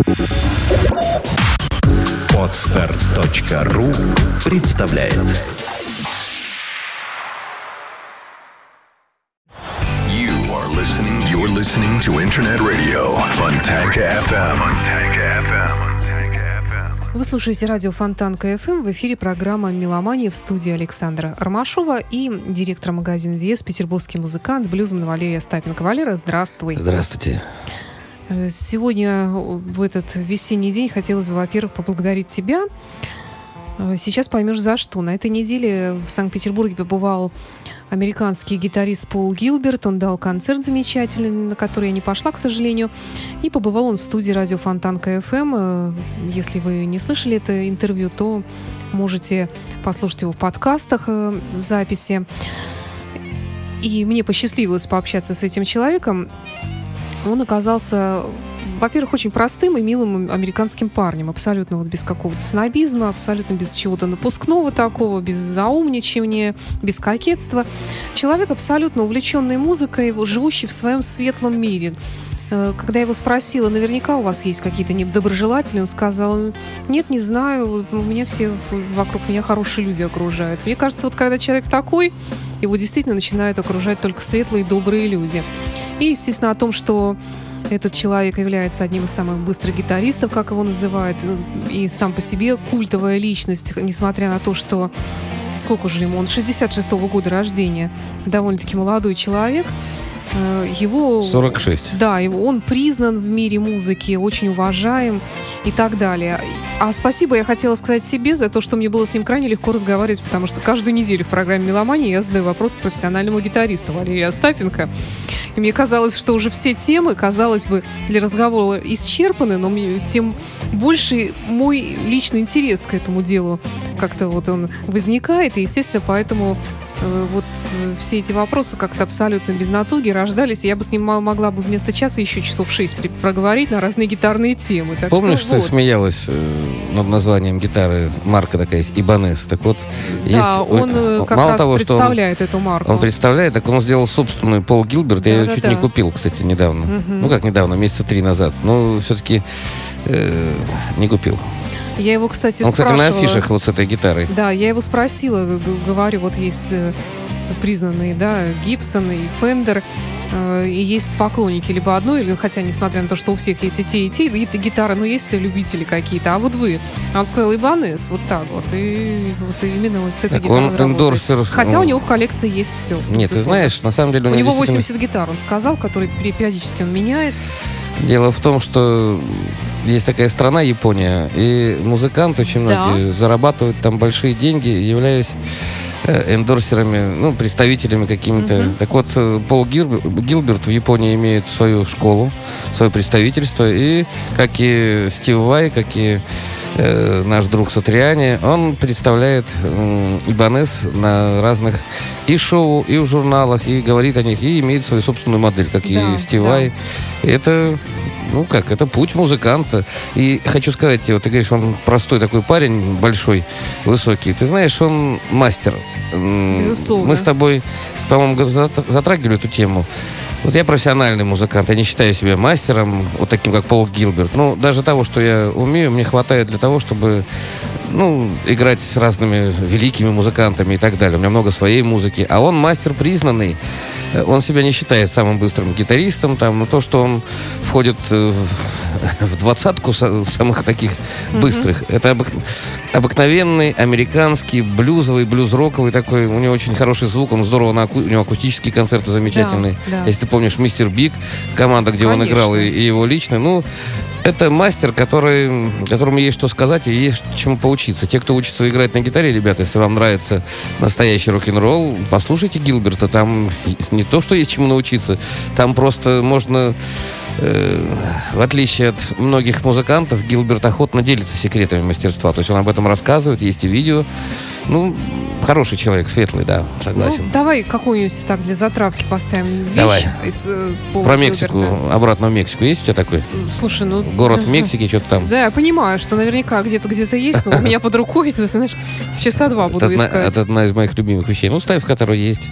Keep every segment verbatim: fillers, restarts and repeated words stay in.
Подстер точка ру представляет. You are listening. You're listening to Internet Radio Фонтанка эф эм. Вы слушаете радио Фонтанка эф эм. В эфире программа «Меломания», в студии Александра Ромашова и директор магазина «Диез», петербургский музыкант, блюзмен Валерий Остапенко. Валера, здравствуй. Здравствуйте. Сегодня, в этот весенний день, хотелось бы, во-первых, поблагодарить тебя. Сейчас поймешь, за что. На этой неделе в Санкт-Петербурге побывал американский гитарист Пол Гилберт. Он дал концерт замечательный, на который я не пошла, к сожалению. И побывал он в студии радио Фонтанка эф эм. Если вы не слышали это интервью, то можете послушать его в подкастах в записи. И мне посчастливилось пообщаться с этим человеком. Он оказался, во-первых, очень простым и милым американским парнем, абсолютно вот без какого-то снобизма, абсолютно без чего-то напускного такого, без заумничания, без кокетства. Человек абсолютно увлеченный музыкой, живущий в своем светлом мире. Когда я его спросила, наверняка у вас есть какие-то недоброжелатели, он сказал: нет, не знаю, у меня все вокруг меня хорошие люди окружают. Мне кажется, вот когда человек такой, его действительно начинают окружать только светлые, добрые люди. И, естественно, о том, что этот человек является одним из самых быстрых гитаристов, как его называют, и сам по себе культовая личность, несмотря на то, что сколько же ему, он шестьдесят шестого года рождения, довольно-таки молодой человек. Его, сорок шесть. Да, его, он признан в мире музыки, очень уважаем и так далее. А спасибо я хотела сказать тебе за то, что мне было с ним крайне легко разговаривать, потому что каждую неделю в программе «Меломания» я задаю вопросы профессиональному гитаристу Валерию Остапенко. И мне казалось, что уже все темы, казалось бы, для разговора исчерпаны, но мне, тем больше мой личный интерес к этому делу как-то вот он возникает. И, естественно, поэтому э, вот э, все эти вопросы как-то абсолютно без натуги рождались. И я бы с ним могла бы вместо часа еще часов шесть при- проговорить на разные гитарные темы. Так Помнишь, что, что вот. ты смеялась э, над названием гитары? Марка такая есть, Ибанес. Так вот, Да, есть, он ой, как мало раз того, представляет что он, эту марку. Он представляет, так он сделал собственную Пол Гилберт. Я Да, ее да, чуть да. не купил, кстати, недавно. Мгм. Ну как недавно, месяца три назад. Но все-таки э, не купил. Я его, кстати, Он, кстати, на спрашивала. афишах вот с этой гитарой. Да, я его спросила, г- говорю, вот есть э, признанные, да, Гибсон и Фендер, э, и есть поклонники либо одной, или, хотя, несмотря на то, что у всех есть и те, и те, и т- гитары, но есть и любители какие-то, а вот вы. Он сказал: Ибанес, вот так вот, и вот именно вот с этой Так гитарой он работает. эндорсер. Хотя ну, у него в коллекции есть все. Нет, ты знаешь, на самом деле У него действительно- восемьдесят гитар, он сказал, которые пере- периодически он меняет. Дело в том, что есть такая страна, Япония, и музыканты очень Да. многие зарабатывают там большие деньги, являясь э, эндорсерами, ну, представителями какими-то. Мгм. Так вот, э, Пол Гир- Гилберт в Японии имеет свою школу, свое представительство, и как и Стив Vai, как и э, наш друг Сатриани, он представляет э, Ибанес на разных и шоу, и в журналах, и говорит о них, и имеет свою собственную модель, как Да, и Стив да. Vai. И это, ну как, это путь музыканта. И хочу сказать тебе, вот ты говоришь, он простой такой парень, большой, высокий. Ты знаешь, он мастер. М, Безусловно. Мы с тобой, по-моему, зат- затрагивали эту тему. Вот я профессиональный музыкант, я не считаю себя мастером, вот таким, как Пол Гилберт. Ну, даже того, что я умею, мне хватает для того, чтобы, ну, играть с разными великими музыкантами и так далее. У меня много своей музыки. А он мастер признанный. Он себя не считает самым быстрым гитаристом, там, но то, что он входит э, в, в двадцатку са- самых таких быстрых, это обык- обыкновенный американский блюзовый, блюз-роковый такой. У него очень хороший звук, он здорово, на аку- у него акустические концерты замечательные. Да, да. Если ты помнишь, Мистер Биг, команда, где он Конечно. играл, и, и его лично, ну, это мастер, который, которому есть что сказать и есть чему поучиться. Те, кто учится играть на гитаре, ребята, если вам нравится настоящий рок-н-ролл, послушайте Гилберта. Там не то, что есть чему научиться, там просто можно... э, в отличие от многих музыкантов, Гилберт охотно делится секретами мастерства. То есть он об этом рассказывает, есть и видео. Ну, хороший человек, светлый, да, согласен. Ну, давай какую-нибудь так для затравки поставим вещь. Давай. Из, э, Пола Про Мексику, Гилберта. обратно в Мексику. Есть у тебя такой? Слушай, ну... Город в Мексике, что-то там. Да, я понимаю, что наверняка где-то где-то есть, но у меня под рукой, ты знаешь, часа два буду Это одна, искать. это одна из моих любимых вещей. Ну, ставь, в которой есть.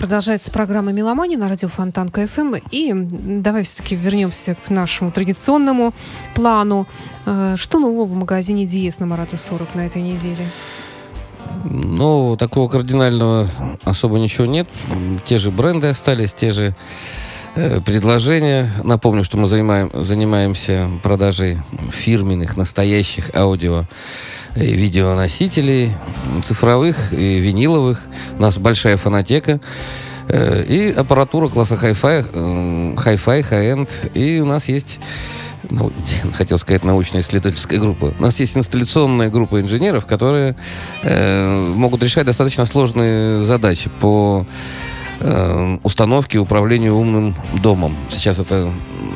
Продолжается программа «Меломания» на радио Фонтанка эф эм. И давай все-таки вернемся к нашему традиционному плану. Что нового в магазине Диез на Марата сорок на этой неделе? Ну, такого кардинального особо ничего нет. Те же бренды остались, те же э, предложения. Напомню, что мы занимаем, занимаемся продажей фирменных, настоящих аудио и видеоносителей, цифровых и виниловых. У нас большая фонотека. Э, и аппаратура класса хай-фай, э, хай-фай, хай-энд. И у нас есть... Ну, хотел сказать, научно-исследовательская группа. У нас есть инсталляционная группа инженеров, которые э, могут решать достаточно сложные задачи по э, установке и управлению умным домом. Сейчас это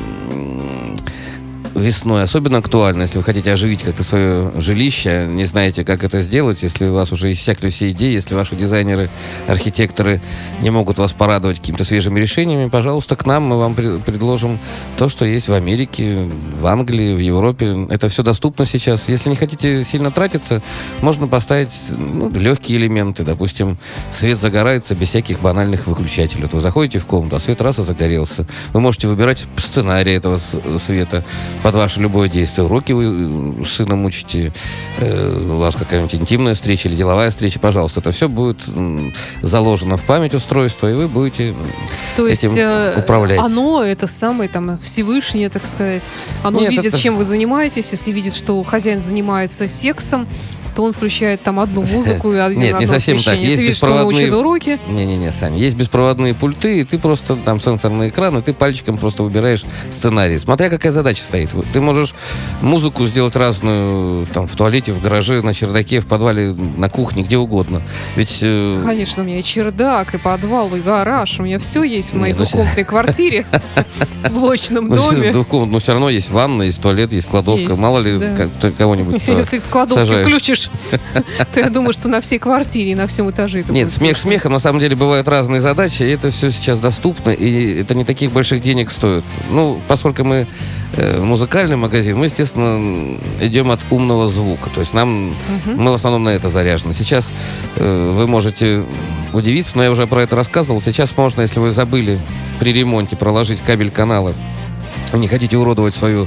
весной особенно актуально, если вы хотите оживить как-то свое жилище, не знаете, как это сделать, если у вас уже иссякли все идеи, если ваши дизайнеры, архитекторы не могут вас порадовать какими-то свежими решениями, пожалуйста, к нам, мы вам при- предложим то, что есть в Америке, в Англии, в Европе. Это все доступно сейчас. Если не хотите сильно тратиться, можно поставить ну, легкие элементы. Допустим, свет загорается без всяких банальных выключателей. Вот вы заходите в комнату, а свет раз и загорелся. Вы можете выбирать сценарий этого света под ваше любое действие. Уроки вы с сыном учите, э, у вас какая-нибудь интимная встреча или деловая встреча, пожалуйста, это все будет м, заложено в память устройства, и вы будете То есть, этим э, управлять. Оно, это самое там Всевышнее, так сказать, оно Нет, видит, это... чем вы занимаетесь, если видит, что хозяин занимается сексом, то он включает там одну музыку и один Нет, не совсем так. Есть видит, беспроводные... что он учит уроки. Не-не-не, Саня. Есть беспроводные пульты, и ты просто там сенсорный экран, и ты пальчиком просто выбираешь сценарий. Смотря какая задача стоит. Ты можешь музыку сделать разную там в туалете, в гараже, на чердаке, в подвале, на кухне, где угодно. Ведь... Э... Конечно, у меня и чердак, и подвал, и гараж. У меня все есть в моей Нет, ну... двухкомнатной квартире, в блочном доме. Но все равно есть ванна, есть туалет, есть кладовка. Мало ли кого-нибудь Если в кладовке включишь, то я думаю, что на всей квартире и на всем этаже. Нет, смех смехом, на самом деле бывают разные задачи, и это все сейчас доступно, и это не таких больших денег стоит. Ну, поскольку мы э, музыкальный магазин, мы, естественно, идем от умного звука. То есть нам, угу. мы в основном на это заряжены. Сейчас э, вы можете удивиться, но я уже про это рассказывал. Сейчас можно, если вы забыли при ремонте проложить кабель канала, не хотите уродовать свою...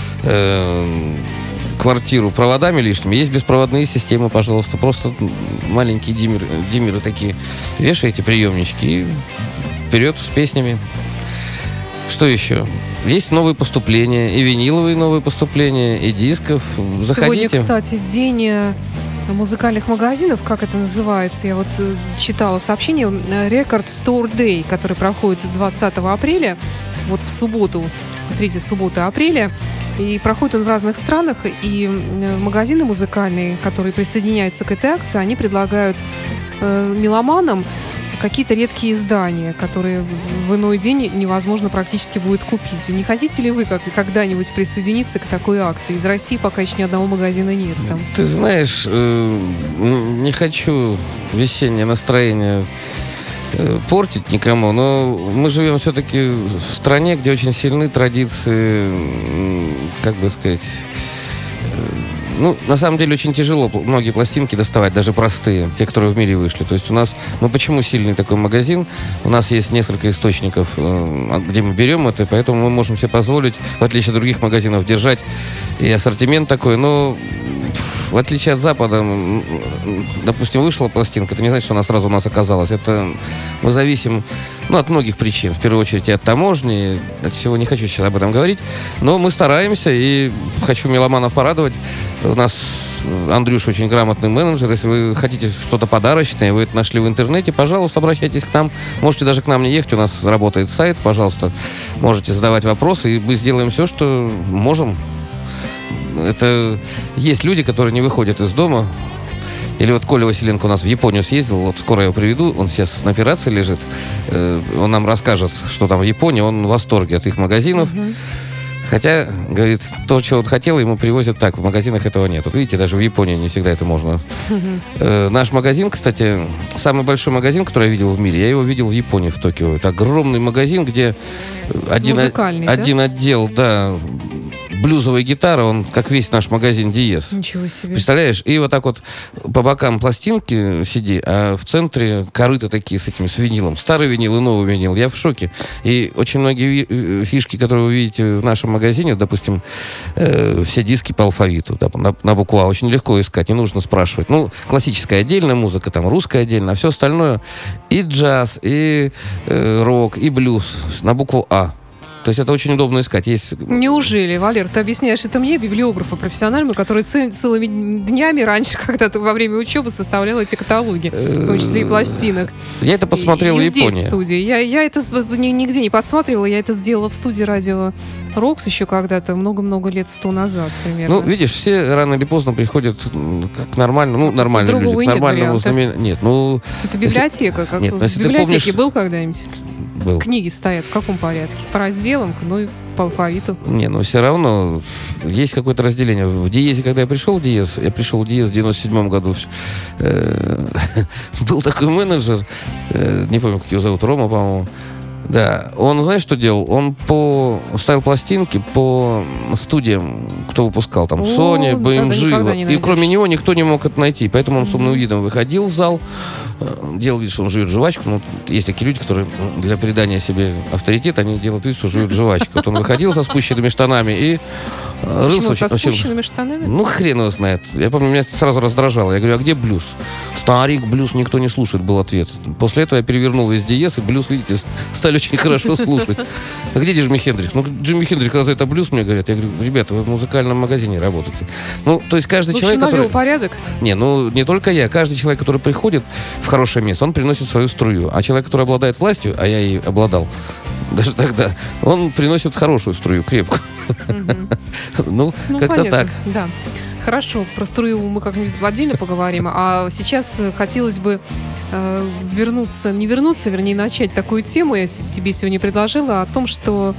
Э, квартиру проводами лишними, есть беспроводные системы, пожалуйста, просто маленькие диммеры, диммеры такие, вешаете приемнички и вперед с песнями. Что еще? Есть новые поступления, и виниловые новые поступления, и дисков. Заходите. Сегодня, кстати, день музыкальных магазинов, как это называется, я вот читала сообщение, Record Store Day, который проходит двадцатого апреля, вот в субботу, третья суббота апреля. И проходит он в разных странах, и магазины музыкальные, которые присоединяются к этой акции, они предлагают э, меломанам какие-то редкие издания, которые в иной день невозможно практически будет купить. Не хотите ли вы как, когда-нибудь присоединиться к такой акции? Из России пока еще ни одного магазина нет там. Ты знаешь, э, не хочу весеннее настроение портить никому, но мы живем все-таки в стране, где очень сильны традиции, как бы сказать, ну, на самом деле очень тяжело многие пластинки доставать, даже простые, те, которые в мире вышли. То есть у нас, ну почему сильный такой магазин? У нас есть несколько источников, где мы берем это, поэтому мы можем себе позволить, в отличие от других магазинов, держать и ассортимент такой, но в отличие от Запада, допустим, вышла пластинка, это не значит, что она сразу у нас оказалась. Это мы зависим, ну, от многих причин. В первую очередь и от таможни, от всего, не хочу сейчас об этом говорить. Но мы стараемся, и хочу меломанов порадовать. У нас Андрюша очень грамотный менеджер. Если вы хотите что-то подарочное, вы это нашли в интернете, пожалуйста, обращайтесь к нам. Можете даже к нам не ехать, у нас работает сайт, пожалуйста. Можете задавать вопросы, и мы сделаем все, что можем. Это есть люди, которые не выходят из дома. Или вот Коля Василенко у нас в Японию съездил, вот скоро я его приведу, он сейчас на операции лежит, э, он нам расскажет, что там в Японии, он в восторге от их магазинов. Mm-hmm. Хотя, говорит, то, что он хотел, ему привозят так, в магазинах этого нет. Вот видите, даже в Японии не всегда это можно. Mm-hmm. Э, наш магазин, кстати, самый большой магазин, который я видел в мире, я его видел в Японии, в Токио. Это огромный магазин, где один, один да? отдел, да, блюзовая гитара, он как весь наш магазин Диез. Ничего себе. Представляешь? И вот так вот по бокам пластинки сиди, а в центре корыта такие с этим, с винилом. Старый винил и новый винил. Я в шоке. И очень многие ви- фишки, которые вы видите в нашем магазине, допустим, э, все диски по алфавиту, да, на, на букву А, очень легко искать, не нужно спрашивать. Ну, классическая отдельная музыка, там, русская отдельно, а все остальное и джаз, и э, рок, и блюз на букву А. То есть это очень удобно искать. Есть... Неужели, Валер, ты объясняешь это мне, библиографу профессиональному, который ц- целыми днями раньше, когда-то во время учебы составлял эти каталоги, в том числе и пластинок. Я это посмотрел и, в и Японии. здесь, в студии. Я, я это нигде не подсматривала, я это сделала в студии радио Рокс еще когда-то, много-много лет, сто назад примерно. Ну, видишь, все рано или поздно приходят к нормальному, ну, нормальным людям, к нормальному знамению. Нет, ну... Это библиотека. Как Нет, ну, в если ты библиотеке помнишь... был когда-нибудь? Был. Книги стоят в каком порядке? По разделам, ну и по алфавиту. Не, но все равно есть какое-то разделение. В Диезе, когда я пришел в Диез, я пришел в Диез в девяносто седьмом году, э, был такой менеджер, э, не помню, как его зовут, Рома, по-моему. Да, он, знаешь, что делал? Он по ставил пластинки по студиям, кто выпускал, там, О, Sony, да, би эм джи. никогда Вот. не И найдешь. кроме него никто не мог это найти. Поэтому он с умным Мгм. видом выходил в зал, э, делал вид, что он жует жвачку. Ну, есть такие люди, которые для придания себе авторитета, они делают вид, что жуют жвачку. Вот он выходил со спущенными штанами и э, рылся Почему, со очень- очень- спущенными штанами? Ну, хрен его знает. Я помню, меня это сразу раздражало. Я говорю, а где блюз? Старик, блюз никто не слушает, был ответ. После этого я перевернул весь Диез, и блюз, видите, стали очень хорошо слушать. А где Джимми Хендрикс? Ну, Джимми Хендрикс, разве это блюз, мне говорят? Я говорю, ребята, вы в музыкальном магазине работаете. Ну, то есть каждый В общем, человек, навел который... порядок. Не, ну, не только я. Каждый человек, который приходит в хорошее место, он приносит свою струю. А человек, который обладает властью, а я ей обладал даже тогда, он приносит хорошую струю, крепкую. Мгм. Ну, Ну, как-то понятно, так. Да. Хорошо, про струю мы как-нибудь отдельно поговорим. А сейчас э, хотелось бы э, вернуться, не вернуться, вернее, начать такую тему. Я с- тебе сегодня предложила о том, что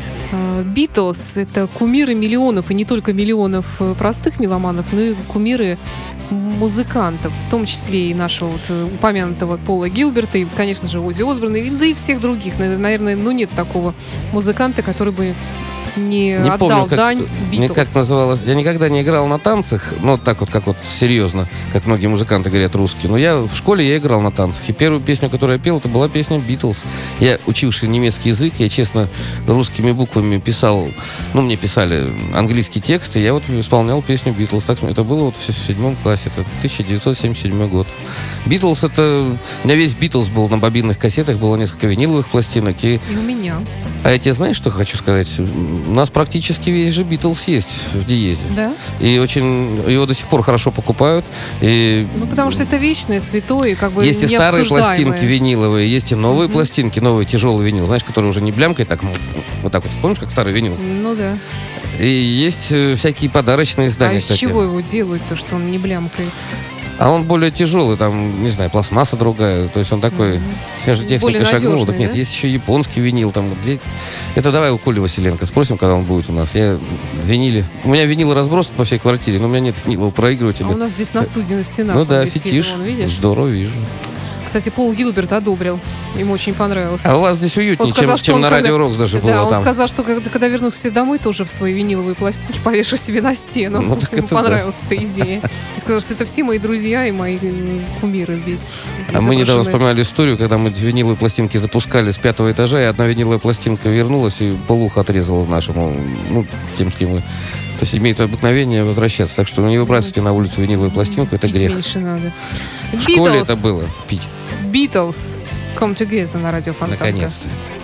Битлз — это кумиры миллионов, и не только миллионов э, простых меломанов, но и кумиры музыкантов, в том числе и нашего вот э, упомянутого Пола Гилберта, и, конечно же, Оззи Осборна, и, да и всех других. Наверное, ну нет такого музыканта, который бы не, Не отдал помню, как, дань не как Битлз. называлось. Я никогда не играл на танцах, ну, вот так вот, как вот серьезно, как многие музыканты говорят русские. Но я в школе я играл на танцах. И первую песню, которую я пел, это была песня Битлз. Я, учивший немецкий язык, я, честно, русскими буквами писал, ну, мне писали английский текст, и я вот исполнял песню Битлз. Так, это было вот в седьмом классе, это тысяча девятьсот семьдесят седьмой год. Битлз это... У меня весь Битлз был на бобинных кассетах, было несколько виниловых пластинок, и И у меня. а я тебе знаешь, что хочу сказать? У нас практически весь же Битлз есть в Диезе. Да? И очень его до сих пор хорошо покупают. И Ну, потому что это вечное, святое, и как бы есть и старые необсуждаемое. пластинки виниловые, есть и новые Мгм. пластинки, новый тяжелый винил, знаешь, который уже не блямкой, так м, вот так вот. Помнишь, как старый винил? Ну да. И есть э, всякие подарочные А издания, из кстати. чего его делают, то, что он не блямкает? А он более тяжелый, там, не знаю, пластмасса другая. То есть он такой... Мгм. Вся же техника Более шагнула. надежный, Так нет, да? есть еще японский винил. Там, где... Это давай у Коли Василенко спросим, когда он будет у нас. Я винили... У меня винил разбросан по всей квартире, но у меня нет винилового проигрывателя. А у нас здесь на студии на стенах. Ну он да, висит, фетиш. вон, видишь? Здорово, вижу. Кстати, Пол Гилберт одобрил. Ему очень понравилось. А у вас здесь уютнее, Он сказал, чем, что чем он на когда- Радио Рокс даже Да, было он там. сказал, что когда, когда вернулся домой, тоже в свои виниловые пластинки повешу себе на стену. Ну, так Ему это да. понравилась эта идея. И сказал, что это все мои друзья и мои э, кумиры здесь. А мы недавно изображены. вспоминали историю, когда мы виниловые пластинки запускали с пятого этажа, и одна виниловая пластинка вернулась и полуха отрезала нашему, ну, тем, с кем мы... То есть имеет обыкновение возвращаться. Так что не выбрасывайте на улицу виниловую пластинку, это Пить грех. меньше надо. В школе Beatles. это было, пить. Beatles. Come Together на радио Фонтанка. Наконец-то.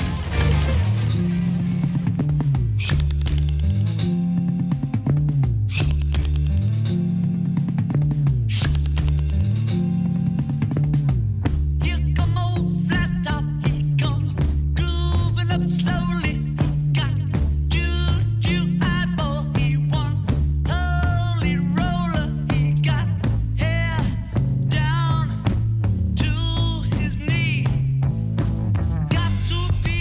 Here come old flat top, he come grooving up slowly. Got juju eyeball, he one holy roller. He got hair down to his knee. Got to be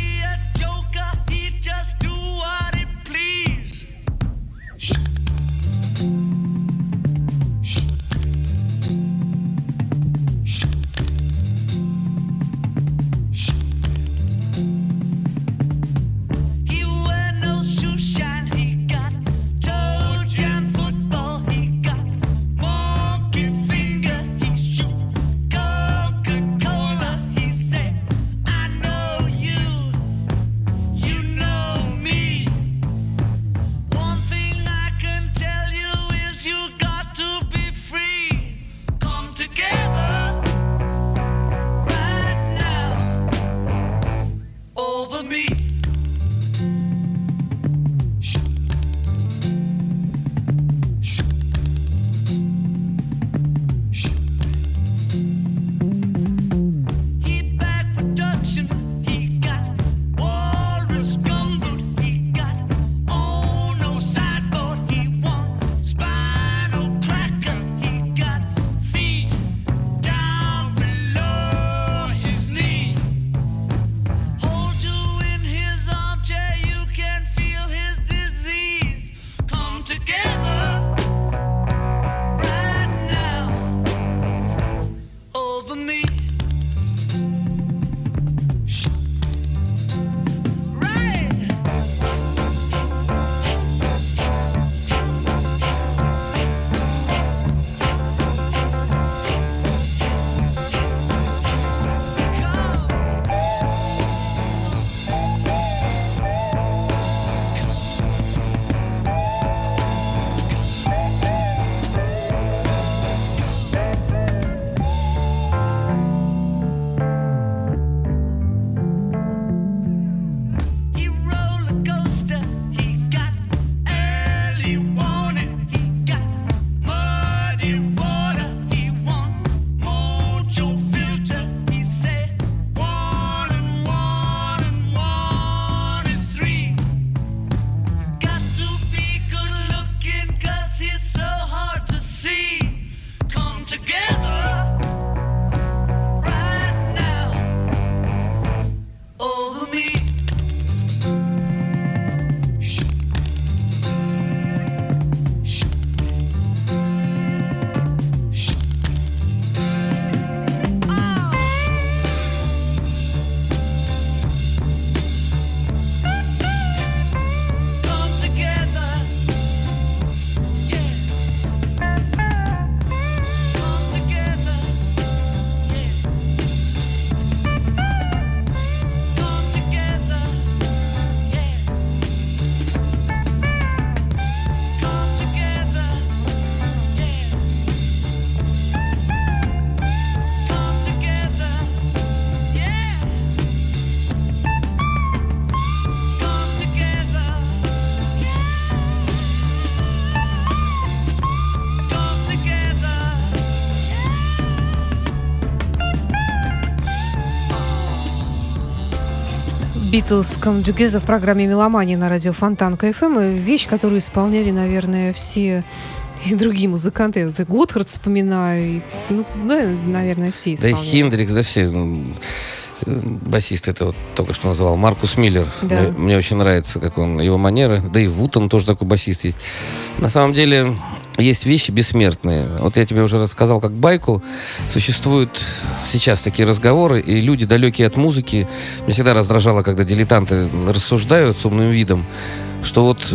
Beatles Come Together в программе «Меломания» на радио Фонтанка эф эм. И вещь, которую исполняли, наверное, все и другие музыканты. Я вот и Готхард вспоминаю. И, ну, да, наверное, все Да и исполняли. Хендрикс, да все. ну, э, Басист, это вот только что называл Маркус Миллер. Да. Мне, мне очень нравится, как он, его манеры. Да и Вутон тоже такой басист есть. На самом деле, есть вещи бессмертные. Вот я тебе уже рассказал как байку. Существуют сейчас такие разговоры, и люди, далекие от музыки, меня всегда раздражало, когда дилетанты рассуждают с умным видом, что вот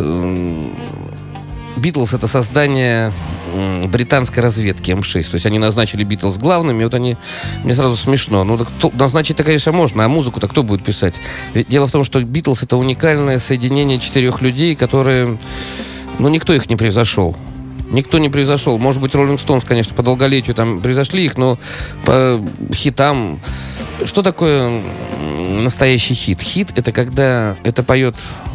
Битлз — это создание м, британской разведки эм шесть. То есть они назначили Битлз главными, и вот они... Мне сразу смешно. Ну, так кто- назначить-то, конечно, можно, а музыку-то кто будет писать? Ведь дело в том, что Битлз — это уникальное соединение четырех людей, которые... Ну, никто их не превзошел. Никто не превзошел. Может быть, Роллинг Стоунс, конечно, по долголетию там превзошли их, но по хитам... Что такое м, настоящий хит? Хит — это когда это поет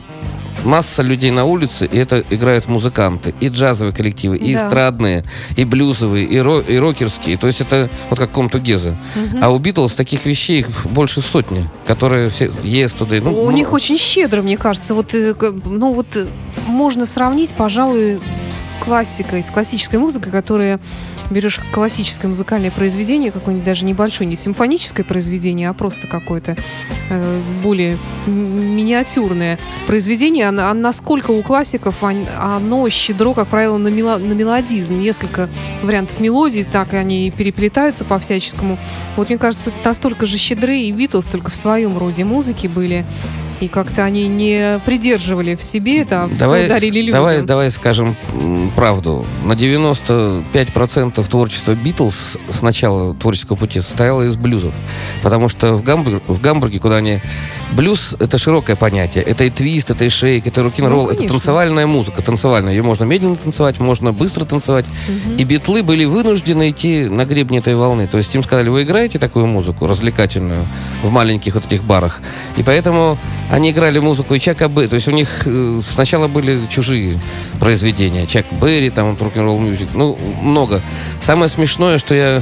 масса людей на улице, и это играют музыканты. И джазовые коллективы, и Да. эстрадные, и блюзовые, и, ро- и рокерские. То есть это вот как Come Together. А у Битлз таких вещей их больше сотни, которые все есть туда. Ну, У ну, них очень щедро, мне кажется. Вот, э, к- ну вот э, можно сравнить, пожалуй, с классикой, с классической музыкой, которая берешь классическое музыкальное произведение, какое-нибудь даже небольшое, не симфоническое произведение, а просто какое-то э, более м- миниатюрное произведение. Оно, а насколько у классиков он- оно щедро, как правило, на, мело- на мелодизм. Несколько вариантов мелодий, так они переплетаются по-всяческому. Вот мне кажется, настолько же щедры и Битлз, только в своем роде музыки были. И как-то они не придерживали в себе это, а все дарили людям. давай, давай скажем м, правду. На девяносто пять процентов творчества Битлз с начала творческого пути состояло из блюзов. Потому что в, Гамбур- в Гамбурге, куда они... Блюз — это широкое понятие. Это и твист, это и шейк, это рок-н-ролл. Ну, это конечно. танцевальная музыка. Танцевальная. Ее можно медленно танцевать, можно быстро танцевать. И битлы были вынуждены идти на гребне этой волны. То есть им сказали: вы играете такую музыку развлекательную в маленьких вот этих барах. И поэтому они играли музыку и Чака Берри. То есть у них э, сначала были чужие произведения. Чак Берри, там, рок-н-ролл мьюзик. Ну, много. Самое смешное, что я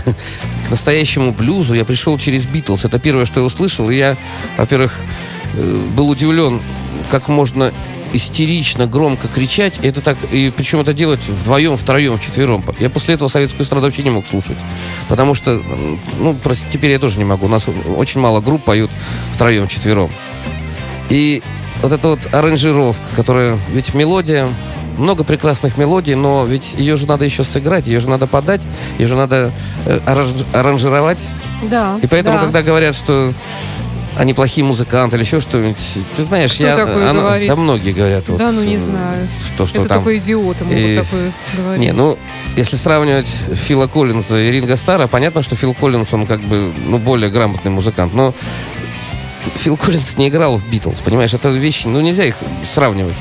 к настоящему блюзу я пришел через Битлз. Это первое, что я услышал. И я, во-первых, э, был удивлен, как можно истерично, громко кричать. И это так, и причем это делать вдвоем, втроем, вчетвером. Я после этого советскую эстраду вообще не мог слушать. Потому что, ну, просто теперь я тоже не могу. У нас очень мало групп поют втроем, вчетвером. И вот эта вот аранжировка, которая... Ведь мелодия... Много прекрасных мелодий, но ведь ее же надо еще сыграть, ее же надо подать, ее же надо э, аранж- аранжировать. Да, И поэтому, да. когда говорят, что они плохие музыканты или еще что-нибудь, ты знаешь, Кто я... такое она- говорит? да многие говорят. Да, вот, ну не э, знаю. Что, что Это там... только идиоты могут И- такое говорить. Не, ну, если сравнивать Фила Коллинза и Ринго Старра, понятно, что Фил Коллинз, он как бы, ну, более грамотный музыкант, но Фил Коллинз не играл в Битлз, понимаешь, это вещи, ну, нельзя их сравнивать.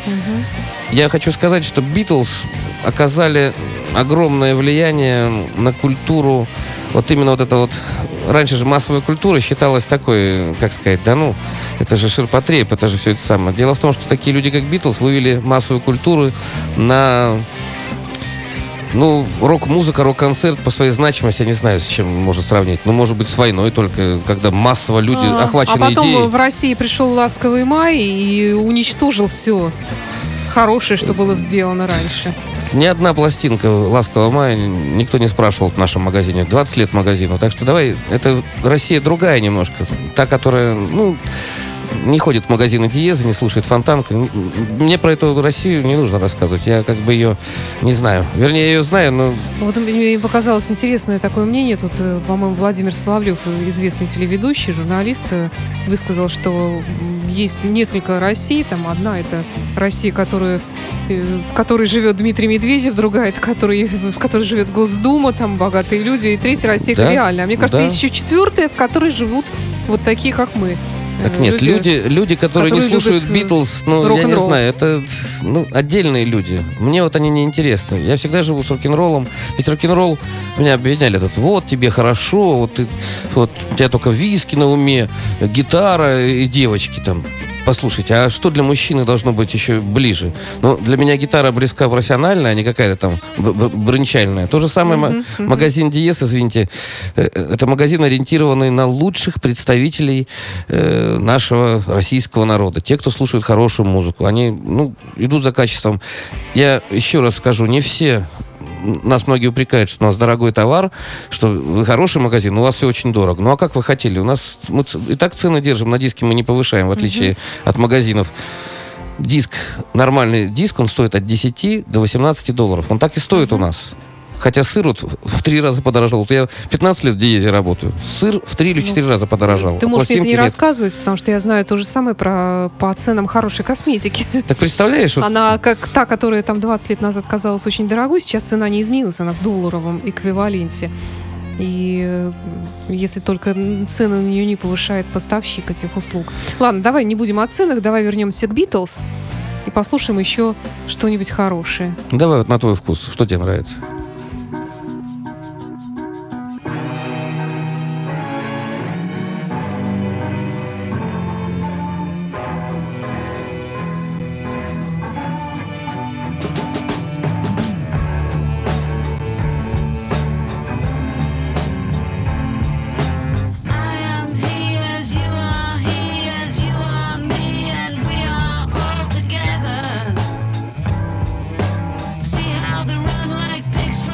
Я хочу сказать, что Битлз оказали огромное влияние на культуру, вот именно вот это вот, раньше же массовая культура считалась такой, как сказать, да ну, это же ширпотреб, это же все это самое. Дело в том, что такие люди, как Битлз, вывели массовую культуру на... Ну, рок-музыка, рок-концерт по своей значимости, я не знаю, с чем можно сравнить. Ну, может быть, с войной только, когда массово люди А, охвачены а потом идеей. в России пришел «Ласковый май» и уничтожил все хорошее, что было сделано раньше. Ни одна пластинка «Ласкового мая» никто не спрашивал в нашем магазине. двадцать лет магазину. Так что давай, это Россия другая немножко. Та, которая, ну, не ходит в магазины Диеза, не слушает Фонтанка. Мне про эту Россию не нужно рассказывать. Я как бы ее не знаю. Вернее, я ее знаю, но... Вот мне показалось интересное такое мнение. Тут, э, по-моему, Владимир Соловьев, э, известный телеведущий, журналист, э, высказал, что м, есть несколько Россий. Там одна — это Россия, которую, э, в которой живет Дмитрий Медведев, другая — это который, в которой живет Госдума, там богатые люди, и третья — Россия Да, реальная. А мне кажется, да. есть еще четвертая, в которой живут вот такие, как мы. Так Э, нет, люди, люди, которые, которые не слушают любят, э, Битлз, ну, я не рок-н-ролл. знаю, это, ну, отдельные люди. Мне вот они не интересны. Я всегда живу с рок-н-роллом. Ведь рок-н-ролл, меня обвиняли, тут, вот тебе хорошо, вот, ты, вот у тебя только виски на уме, гитара и девочки там. послушайте, а что для мужчины должно быть еще ближе? Ну, для меня гитара близка в рациональная, а не какая-то там б- б- бренчальная. То же самое ма- Мгм, мгм. магазин Диез, извините, э, это магазин, ориентированный на лучших представителей э, нашего российского народа. Те, кто слушает хорошую музыку, они, ну, идут за качеством. Я еще раз скажу, не все... Нас многие упрекают, что у нас дорогой товар, что вы хороший магазин, но у вас все очень дорого. Ну а как вы хотели? У нас мы ц- и так цены держим, на диски мы не повышаем, в отличие от магазинов. Диск, нормальный диск, он стоит от десяти до восемнадцати долларов. Он так и стоит у нас. Хотя сыр вот в три раза подорожал. Вот я пятнадцать лет в Диезе работаю. Сыр в три или четыре раза подорожал. Ты а можешь мне это пластинки не нет. рассказывать, потому что я знаю то же самое про по ценам хорошей косметики. Так представляешь, вот Она, как та, которая там двадцать лет назад казалась очень дорогой, сейчас цена не изменилась, она в долларовом эквиваленте. И э, если только цены на нее не повышает поставщик этих услуг. Ладно, давай не будем о ценах, давай вернемся к Битлз и послушаем еще что-нибудь хорошее. давай вот на твой вкус, что тебе нравится? I am he as you are, he as you are me, and we are all together. See how they run like pigs from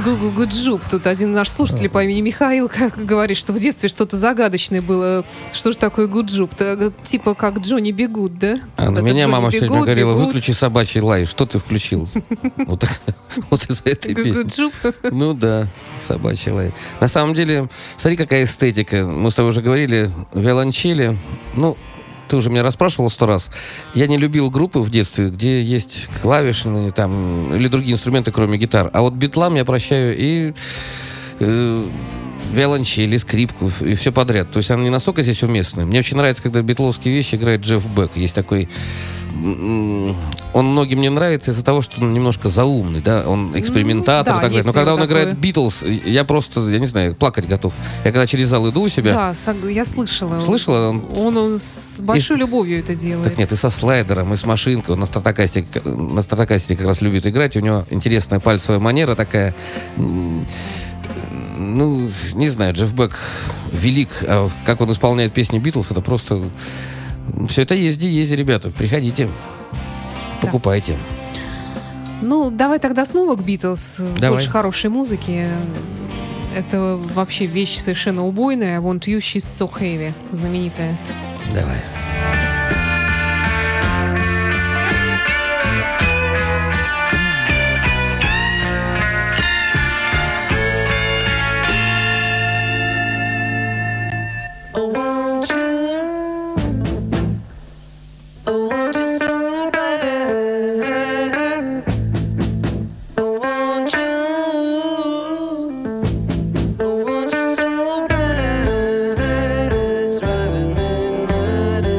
Гугу Гуджуб. Тут один наш слушатель по имени Михаил говорит, что в детстве что-то загадочное было. Что же такое Гуджуб? Типа как Джонни Бигуд, да? А на меня мама все время говорила, выключи собачий лай. Что ты включил? Вот из этой песни. Ну да, собачий лай. На самом деле, смотри, какая эстетика. Мы с тобой уже говорили, виолончели. Ну, ты уже меня расспрашивал сто раз. Я не любил группы в детстве, где есть клавишные там, или другие инструменты, кроме гитар. А вот битлам я прощаю и э, виолончели, скрипку, и все подряд. То есть она не настолько здесь уместная. Мне очень нравится, когда битловские вещи играет Джефф Бек. Есть такой... Он многим не нравится из-за того, что он немножко заумный, да, он экспериментатор да, и так далее. Но когда он такое. играет Битлз, я просто, я не знаю, плакать готов. Я когда через зал иду у себя... Да, сог- я слышала. Слышала? Он, он, он с большой И- любовью это делает. Так нет, и со слайдером, и с машинкой. Он на стратокастере, на стратокастере как раз любит играть. У него интересная пальцевая манера такая. М, Ну, не знаю, Джефф Бек велик. А как он исполняет песни Битлз, это просто... Все это есть, есть, ребята. Приходите, покупайте. Ну, давай тогда снова к Битлз. Давай. Больше хорошей музыки. Это вообще вещь совершенно убойная. I Want You, She's So Heavy. Знаменитая. Давай. I want you. I want you so bad. I want you. I want you so bad. It's driving me mad.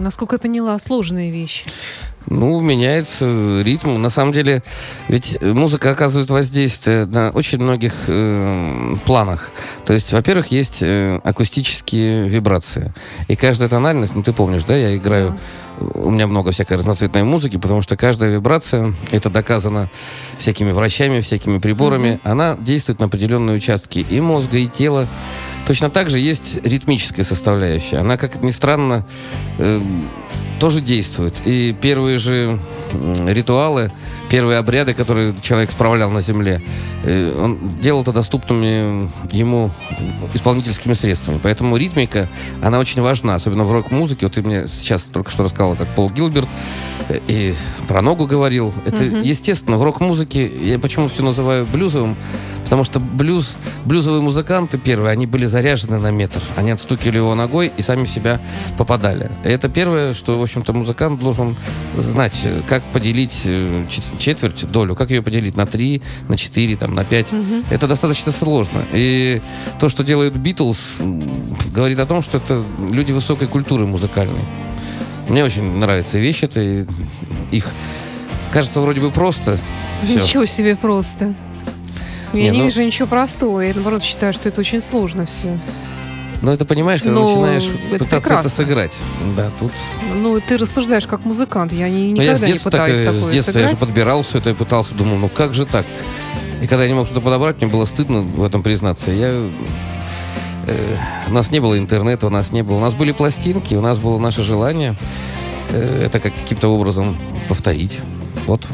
насколько я поняла, сложная вещь. Ну, меняется ритм. На самом деле, ведь музыка оказывает воздействие на очень многих э, планах. То есть, во-первых, есть э, акустические вибрации. И каждая тональность, ну, ты помнишь, да, я играю... У меня много всякой разноцветной музыки, потому что каждая вибрация, это доказано всякими врачами, всякими приборами, mm-hmm. она действует на определенные участки и мозга, и тела. Точно так же есть ритмическая составляющая. Она, как ни странно, э, тоже действует. И первые же э, ритуалы, первые обряды, которые человек справлял на земле, э, он делал это доступными ему исполнительскими средствами. Поэтому ритмика, она очень важна, особенно в рок-музыке. Вот ты мне сейчас только что рассказала, как Пол Гилберт э, и про ногу говорил. Это, mm-hmm. естественно, в рок-музыке, я почему все называю блюзовым, потому что блюз, блюзовые музыканты первые, они были заряжены на метр. Они отстукивали его ногой и сами в себя попадали. И это первое, что, в общем-то, музыкант должен знать, как поделить четверть, долю, как ее поделить на три, на четыре, там, на пять. Mm-hmm. Это достаточно сложно. И то, что делают Битлз, говорит о том, что это люди высокой культуры музыкальной. Мне очень нравятся вещи, это и их кажется вроде бы просто. Все. Ничего себе просто. Я не, не ну... вижу ничего простого. Я, наоборот, считаю, что это очень сложно все. Но это понимаешь, когда Но начинаешь это пытаться прекрасно. это сыграть. Да, тут... Ну, ты рассуждаешь как музыкант. Я не, Но я с никогда не детства, пытаюсь так, такое с детства сыграть. я же подбирал все это и пытался, думал, ну как же так? И когда я не мог что-то подобрать, мне было стыдно в этом признаться. Я... Э, у нас не было интернета, у нас не было... У нас были пластинки, у нас было наше желание э, это как каким-то образом повторить. Вот.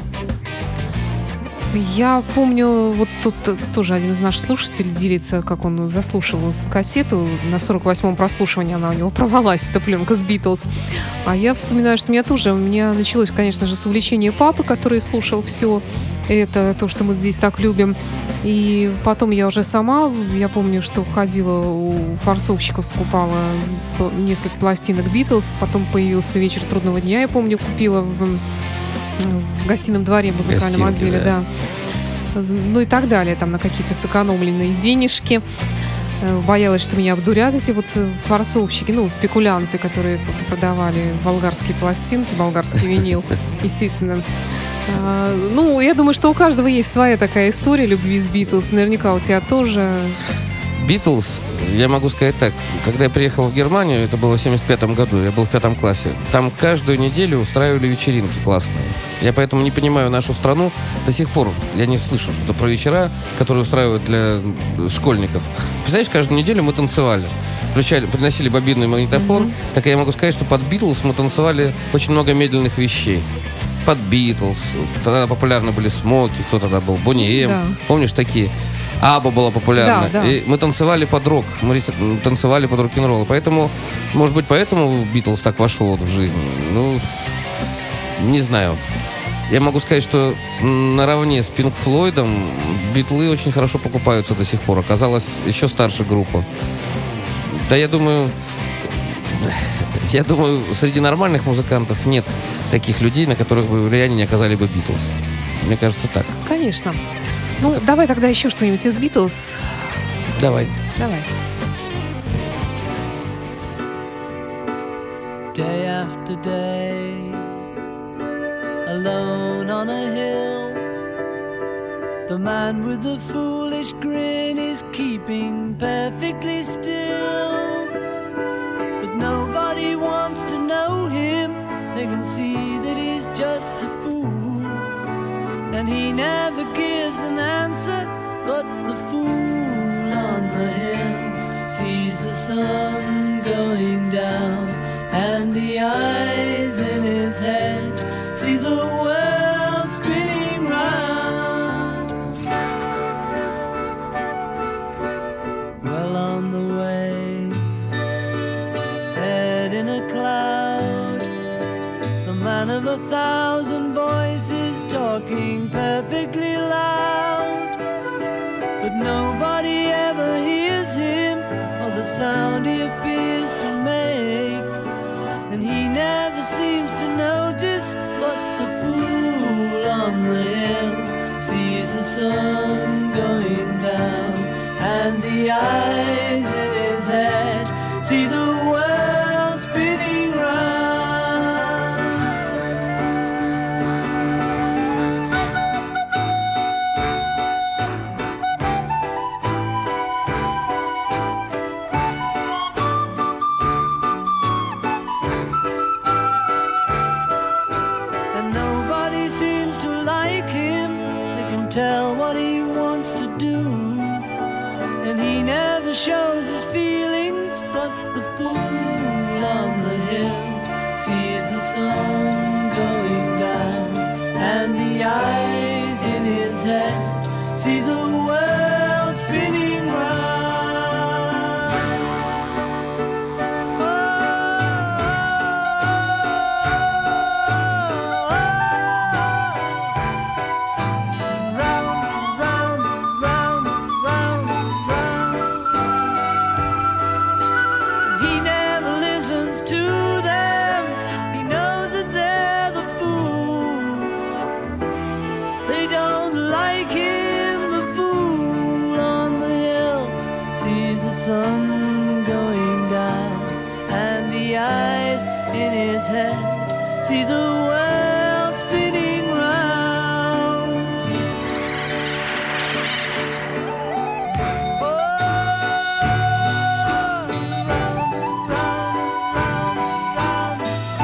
Я помню, вот тут тоже один из наших слушателей делится, как он заслушал кассету. На сорок восьмом прослушивании она у него порвалась, эта пленка с Битлз. А я вспоминаю, что у меня тоже, у меня началось, конечно же, с увлечения папы, который слушал все это, то, что мы здесь так любим. И потом я уже сама, я помню, что ходила у форцовщиков, покупала несколько пластинок Битлз. Потом появился «Вечер трудного дня», я помню, купила в... в гостином дворе, в музыкальном Гостинки, отделе, да. да. Ну и так далее, там на какие-то сэкономленные денежки. Боялась, что меня обдурят эти вот форцовщики, ну, спекулянты, которые продавали болгарские пластинки, болгарский винил, естественно. Ну, я думаю, что у каждого есть своя такая история любви с Битлз. Наверняка у тебя тоже. Битлз, я могу сказать так, когда я приехал в Германию, это было в семьдесят пятом году, я был в пятом классе, там каждую неделю устраивали вечеринки классные. Я поэтому не понимаю нашу страну до сих пор. Я не слышу что-то про вечера, которые устраивают для школьников. Представляешь, каждую неделю мы танцевали. Включали, приносили бобинный магнитофон. Mm-hmm. Так я могу сказать, что под Битлз мы танцевали очень много медленных вещей. Под Битлз. Тогда популярны были Смоки, кто тогда был? Бонни Эм. Да. Помнишь такие? Аба была популярна. Да, да. И мы танцевали под рок. Мы танцевали под рок-н-ролл. Поэтому, может быть, поэтому Битлз так вошел в жизнь. Ну, не знаю. Я могу сказать, что наравне с Пинк Флойдом Битлы очень хорошо покупаются до сих пор. Оказалось, еще старше группа. Да, я думаю... Я думаю, среди нормальных музыкантов нет таких людей, на которых бы влияние не оказали бы Битлз. Мне кажется, так. Конечно. Ну, Это... давай тогда еще что-нибудь из Битлз. Давай. Давай. Day after day, alone on a hill, the man with the foolish grin is keeping perfectly still. But nobody wants to know him. They can see that he's just a fool, and he never gives an answer. But the fool on the hill sees the sun going down, and the eyes in his head see the world spinning round. Well on the way, head in a cloud, the man of a thousand voices talking perfectly loud. But nobody ever hears him or the sound he appears to make, and he never seems to notice. But the fool on the hill sees the sun going down, and the eyes in his head see the world spinning round. He never shows his feelings, but the fool on the hill sees the sun going down, and the eyes in his head see the world spinning round. Sun going down, and the eyes in his head see the world spinning round. Oh, round, round, round,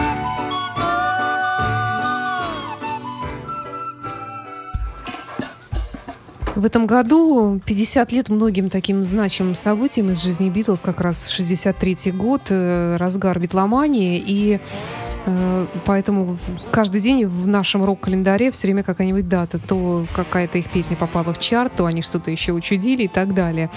В этом году пятьдесят лет многим таким значимым событиям из жизни Битлз, как раз шестьдесят третий год, э, разгар битломании, и э, поэтому каждый день в нашем рок-календаре все время какая-нибудь дата, то какая-то их песня попала в чарт, то они что-то еще учудили и так далее.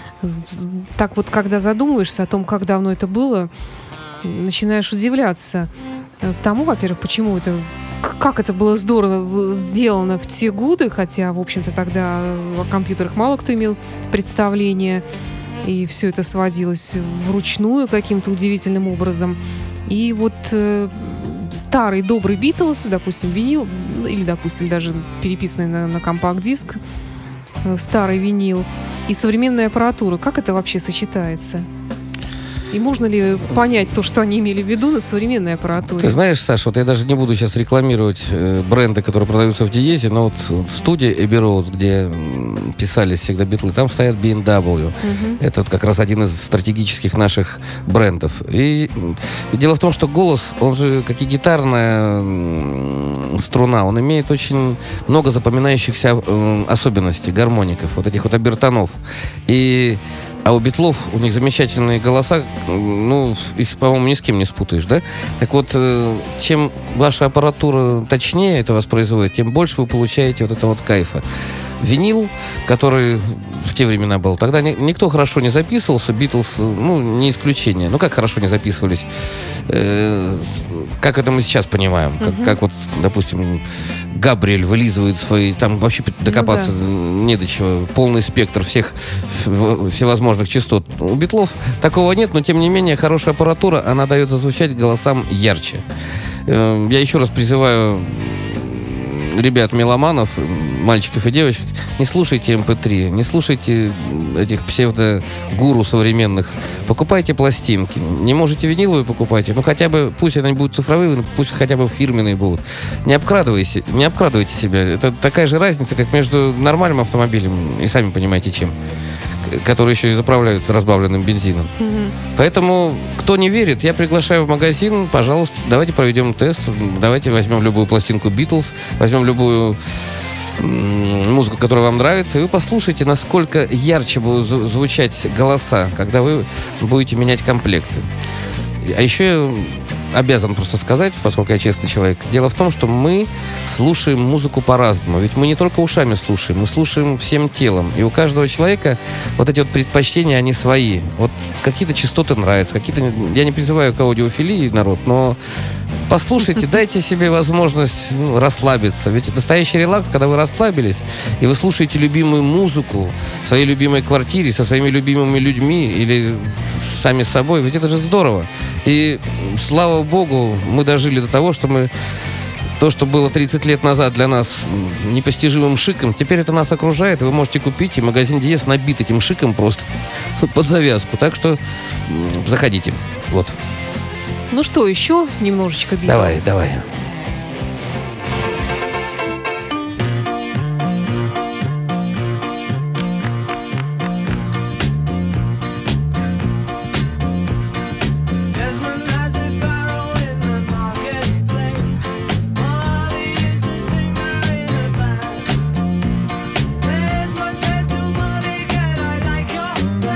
Так вот, когда задумываешься о том, как давно это было, начинаешь удивляться тому, во-первых, почему это... Как это было здорово сделано в те годы, хотя, в общем-то, тогда о компьютерах мало кто имел представление, и все это сводилось вручную каким-то удивительным образом. И вот э, старый добрый Битлз, допустим, винил, или, допустим, даже переписанный на, на компакт-диск, э, старый винил, и современная аппаратура, как это вообще сочетается? И можно ли понять то, что они имели в виду на современной аппаратуре? Ты знаешь, Саша, вот я даже не буду сейчас рекламировать э, бренды, которые продаются в Диезе, но вот студия Abbey Road, где м, писались всегда Битлы, там стоят би эм дабл ю. Угу. Это вот как раз один из стратегических наших брендов. И, и дело в том, что голос, он же, как и гитарная м, струна, он имеет очень много запоминающихся э, особенностей, гармоников, вот этих вот обертонов. И А у Битлов, у них замечательные голоса, ну, их, по-моему, ни с кем не спутаешь, да? Так вот, чем ваша аппаратура точнее это воспроизводит, тем больше вы получаете вот этого вот кайфа. Винил, который в те времена был, тогда ни, никто хорошо не записывался, Битлз, ну, не исключение. Ну, как хорошо не записывались, э, как это мы сейчас понимаем, как, uh-huh. как вот, допустим, Габриэль вылизывает свои, там вообще докопаться ну, да. не до чего, полный спектр всех всевозможных частот. У Битлов такого нет, но, тем не менее, хорошая аппаратура, она дает зазвучать голосам ярче. Э, я еще раз призываю ребят-меломанов, мальчиков и девочек, не слушайте эм пэ три, не слушайте этих псевдо-гуру современных. Покупайте пластинки. Не можете виниловые покупайте, ну хотя бы, пусть они будут цифровые, пусть хотя бы фирменные будут. Не обкрадывайте, не обкрадывайте себя. Это такая же разница, как между нормальным автомобилем и сами понимаете чем, которые еще и заправляют разбавленным бензином. Mm-hmm. Поэтому, кто не верит, я приглашаю в магазин, пожалуйста, давайте проведем тест, давайте возьмем любую пластинку Битлз, возьмем любую м- музыку, которая вам нравится, и вы послушайте, насколько ярче будут звучать голоса, когда вы будете менять комплекты. А еще я обязан просто сказать, поскольку я честный человек, дело в том, что мы слушаем музыку по-разному. Ведь мы не только ушами слушаем, мы слушаем всем телом. И у каждого человека вот эти вот предпочтения, они свои. Вот какие-то частоты нравятся, какие-то... Я не призываю к аудиофилии, народ, но послушайте, дайте себе возможность ну, расслабиться. Ведь настоящий релакс, когда вы расслабились, и вы слушаете любимую музыку в своей любимой квартире, со своими любимыми людьми или сами с собой, ведь это же здорово. И слава Богу, мы дожили до того, что мы то, что было тридцать лет назад для нас непостижимым шиком, теперь это нас окружает, и вы можете купить, и магазин Диез набит этим шиком просто под завязку. Так что заходите. Вот. Ну что, еще немножечко Битлз? Давай, давай. There's one says to Molly, can I like your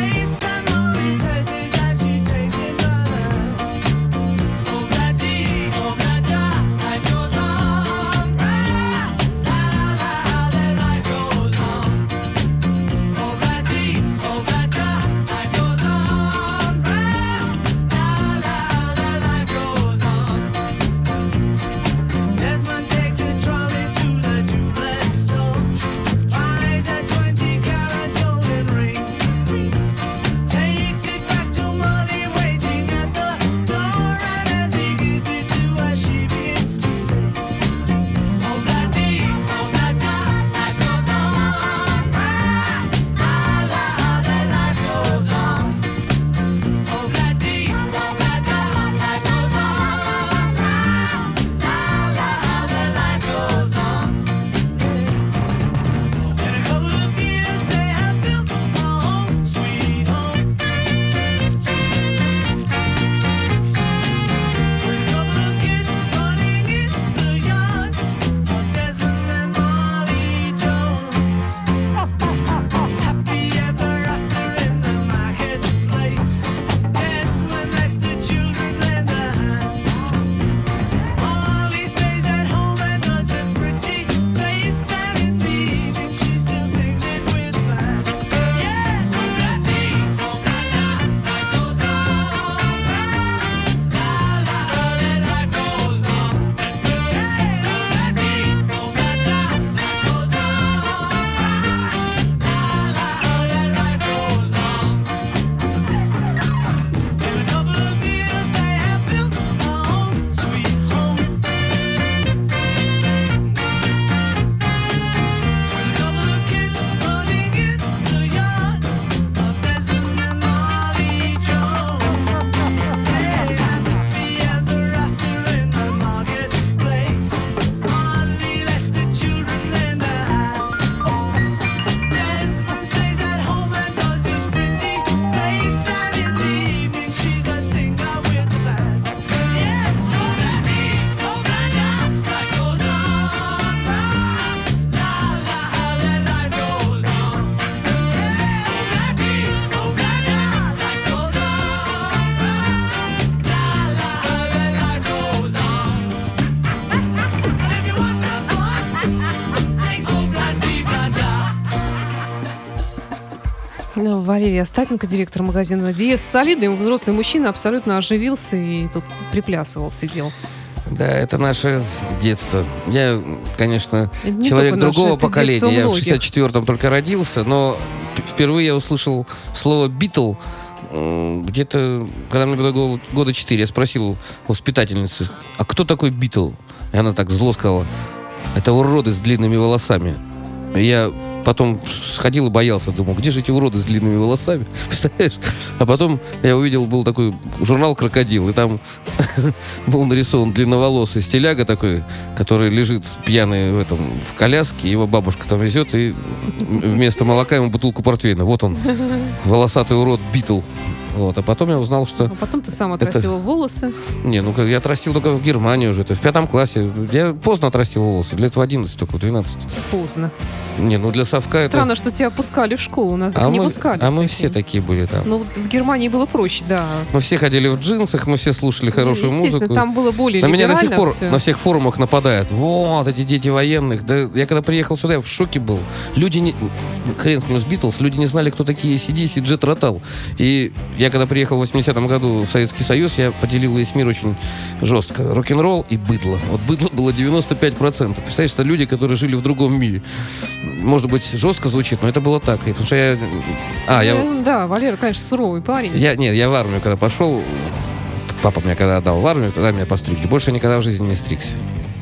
Валерий Остапенко, директор магазина Диез. Солидный взрослый мужчина, абсолютно оживился и тут приплясывал, сидел. Да, это наше детство. Я, конечно, Это не человек только наше, другого это поколения. детство Я в многих. шестьдесят четвёртом только родился, но п- впервые я услышал слово «битл» м, где-то, когда мне было го- года четыре. Я спросил у воспитательницы, а кто такой «битл»? И она так зло сказала, это уроды с длинными волосами. И я потом сходил и боялся, думал, где же эти уроды с длинными волосами? Представляешь? А потом я увидел, был такой журнал «Крокодил», и там был нарисован длинноволосый стиляга такой, который лежит пьяный в этом в коляске, его бабушка там везет, и вместо молока ему бутылку портвейна. Вот он, волосатый урод Битл. Вот. А потом я узнал, что... А потом ты сам отрастил волосы. Не, ну как, я отрастил только в Германии уже, это в пятом классе. Я поздно отрастил волосы, лет в одиннадцать, только в двенадцать. Поздно. Не, ну для совка это... Странно, что тебя пускали в школу. У нас так А не мы, пускали. а мы кстати. все такие были там. Ну, вот в Германии было проще, да. Мы все ходили в джинсах, мы все слушали хорошую Ну, естественно, музыку. там было более На меня до либерально сих пор всё. на всех форумах нападают. Вот эти дети военных. Да я когда приехал сюда, я в шоке был. Люди не... Хрен с ним с Битлз, люди не знали, кто такие си ди си и Джет Ротал. И я когда приехал в восьмидесятом году в Советский Союз, я поделил весь мир очень жестко. Рок-н-ролл и быдло. Вот быдло было девяносто пять процентов. Представляешь, это люди, которые жили в другом мире. Может быть, жестко звучит, но это было так. И потому что я... А, я... Ну, Да, Валера, конечно, суровый парень. Я, нет, я в армию когда пошел, папа меня когда отдал в армию, тогда меня постригли. Больше я никогда в жизни не стригся.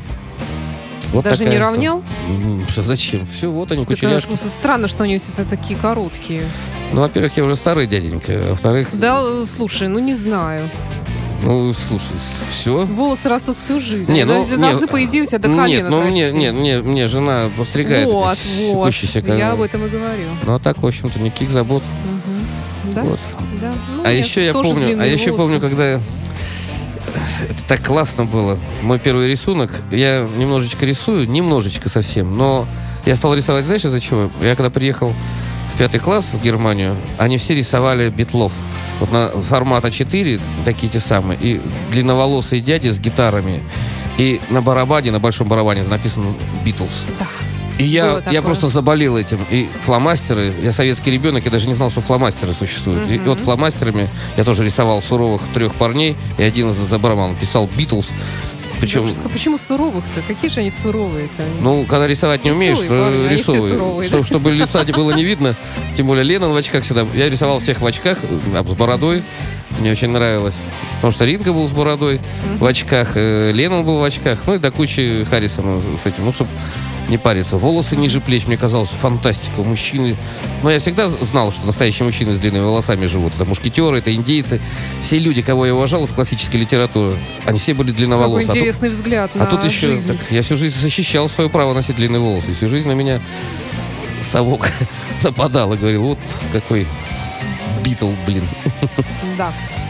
Вот Даже не такая- равнял? М, Зачем? Все, вот они, Это кучеряшки. странно, что они у тебя такие короткие. Ну, во-первых, я уже старый дяденька, а во-вторых, Да, слушай, ну не знаю. ну, слушай, все. Волосы растут всю жизнь. Не, Они ну, должны, не, должны, по идее, у тебя до колена Нет, ну мне, расти. нет, мне, мне жена постригает. Вот, эти вот. секущиеся, Я когда- об этом и говорю. Ну, а так, в общем-то, никаких забот. Мгм. Да? Вот. Да. Ну, А нет, еще я тоже помню, а длинные еще волосы. помню, когда это так классно было. Мой первый рисунок. Я немножечко рисую, немножечко совсем, но я стал рисовать, знаешь, из-за чего? Я когда приехал в пятый класс в Германию, они все рисовали битлов. Вот на формат а четыре, такие те самые, и длинноволосые дяди с гитарами. И на барабане, на большом барабане написано «Битлз». Да. И я, Было я такое. просто заболел этим. И фломастеры, я советский ребенок, я даже не знал, что фломастеры существуют. И, и вот фломастерами я тоже рисовал суровых трех парней, и один за барабаном писал «Битлз». Причем, Да, почему суровых-то? Какие же они суровые-то? ну, когда рисовать не умеешь, Веселые парни, то они все рисовывай. суровые, Что- да? Чтобы лица не было не видно. Тем более Леннон в очках всегда. Я рисовал всех в очках, а, с бородой. Мне очень нравилось. Потому что Ринго был с бородой в очках, э, Леннон был в очках. Ну и до кучи Харрисона с этим. Ну, чтобы не париться. Волосы ниже плеч, мне казалось, фантастика. Мужчины. Но я всегда знал, что настоящие мужчины с длинными волосами живут. Это мушкетеры, это индейцы. Все люди, кого я уважал из классической литературы, они все были Какой длинноволосые. А тут- интересный взгляд на а тут еще, жизнь. так, я всю жизнь защищал свое право носить длинные волосы. И всю жизнь на меня совок нападал и говорил, вот какой Битл, блин. Да.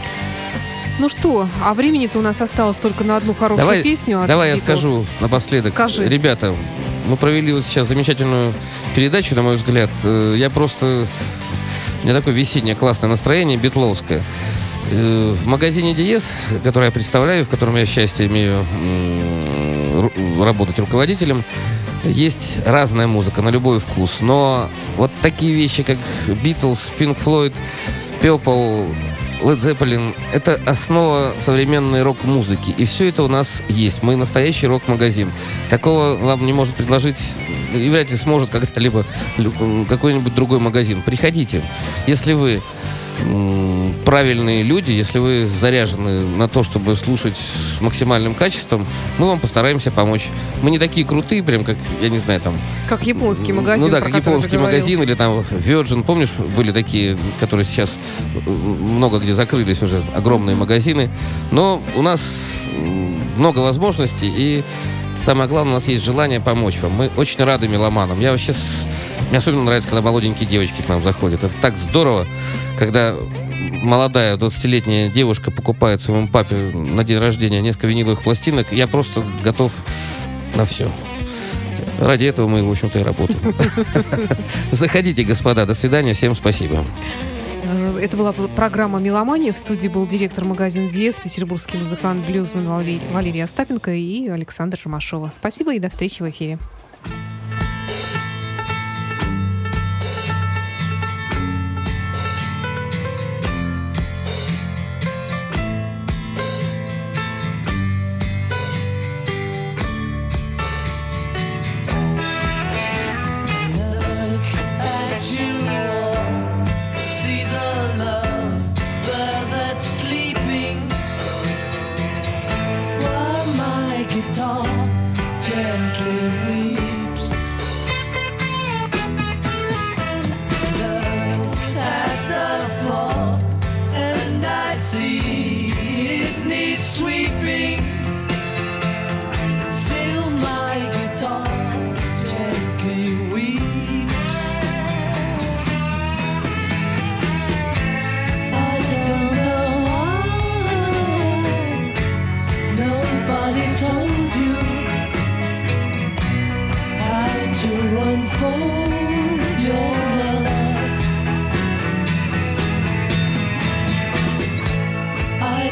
Ну что, а времени-то у нас осталось только на одну хорошую Давай, песню. от давай я Beatles. скажу напоследок. Скажи. Ребята, мы провели вот сейчас замечательную передачу, на мой взгляд. Э, Я просто... У меня такое весеннее классное настроение, битловское. Э, В магазине Диез, который я представляю, в котором я счастье имею м, ру- работать руководителем, есть разная музыка на любой вкус. Но вот такие вещи, как Битлз, Pink Floyd, Purple, Led Zeppelin — это основа современной рок-музыки. И все это у нас есть. Мы настоящий рок-магазин. Такого вам не может предложить и вряд ли сможет когда-либо лю- какой-нибудь другой магазин. Приходите. Если вы м, правильные люди, если вы заряжены на то, чтобы слушать с максимальным качеством, мы вам постараемся помочь. Мы не такие крутые, прям как, я не знаю, там... Как японский магазин. Ну да, про как который японский ты говорил. магазин или там Virgin, помнишь, были такие, которые сейчас э, много где закрылись уже, огромные магазины. Но у нас м, много возможностей, и самое главное, у нас есть желание помочь вам. Мы очень рады меломанам. Я вообще... с- Мне особенно нравится, когда молоденькие девочки к нам заходят. Это так здорово, когда молодая двадцатилетняя девушка покупает своему папе на день рождения несколько виниловых пластинок. Я просто готов на все. Ради этого мы, в общем-то, и работаем. Заходите, господа. До свидания. Всем спасибо. Э, Это была п- программа «Меломания». В студии был директор магазина Диез, петербургский музыкант, блюзмен Валерий, Валерий Остапенко и Александр Ромашова. Спасибо и до встречи в эфире.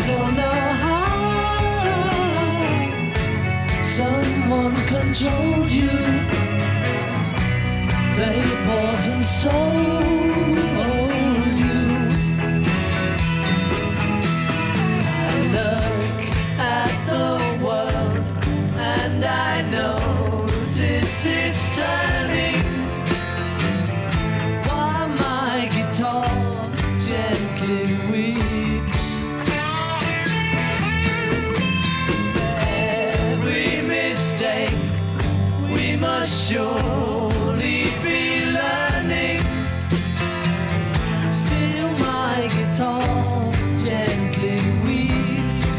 don't know how someone controlled you. They bought and sold you. I look at the world and I notice it's turning, while my guitar gently weeps. Every mistake we must surely be learning. Still my guitar gently weeps.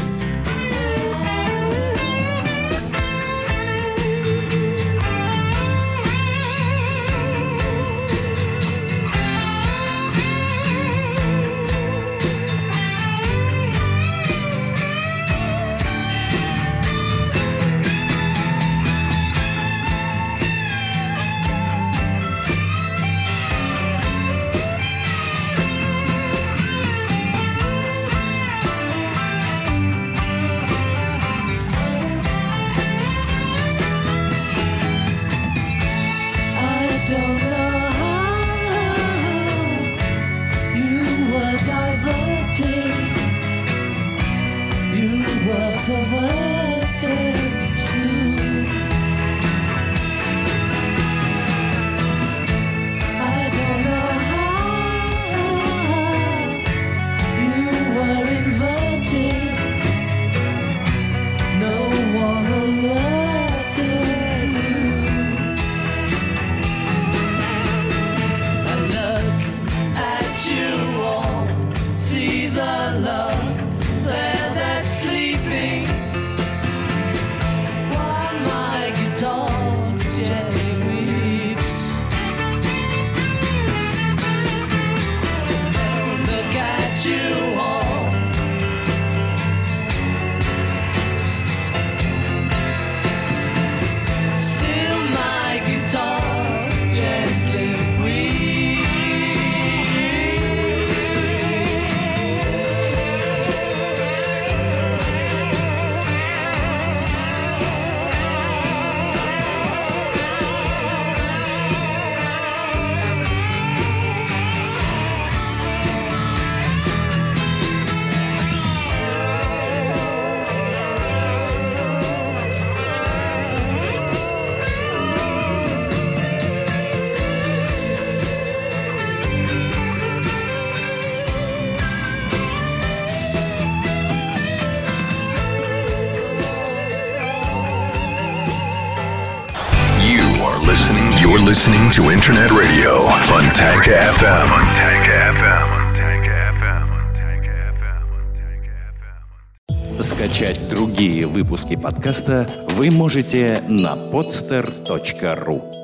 I don't know how you were diverted, you were perverted too. I don't know how you were inverted, no one alerted you. I look at you all, see the love there that's sleeping, while my guitar gently weeps. Look at you all, still my guitar gently You are listening. You're listening to Internet Radio Fontanka эф эм. Fontanka эф эм. Скачать другие выпуски подкаста вы можете на podster точка ру.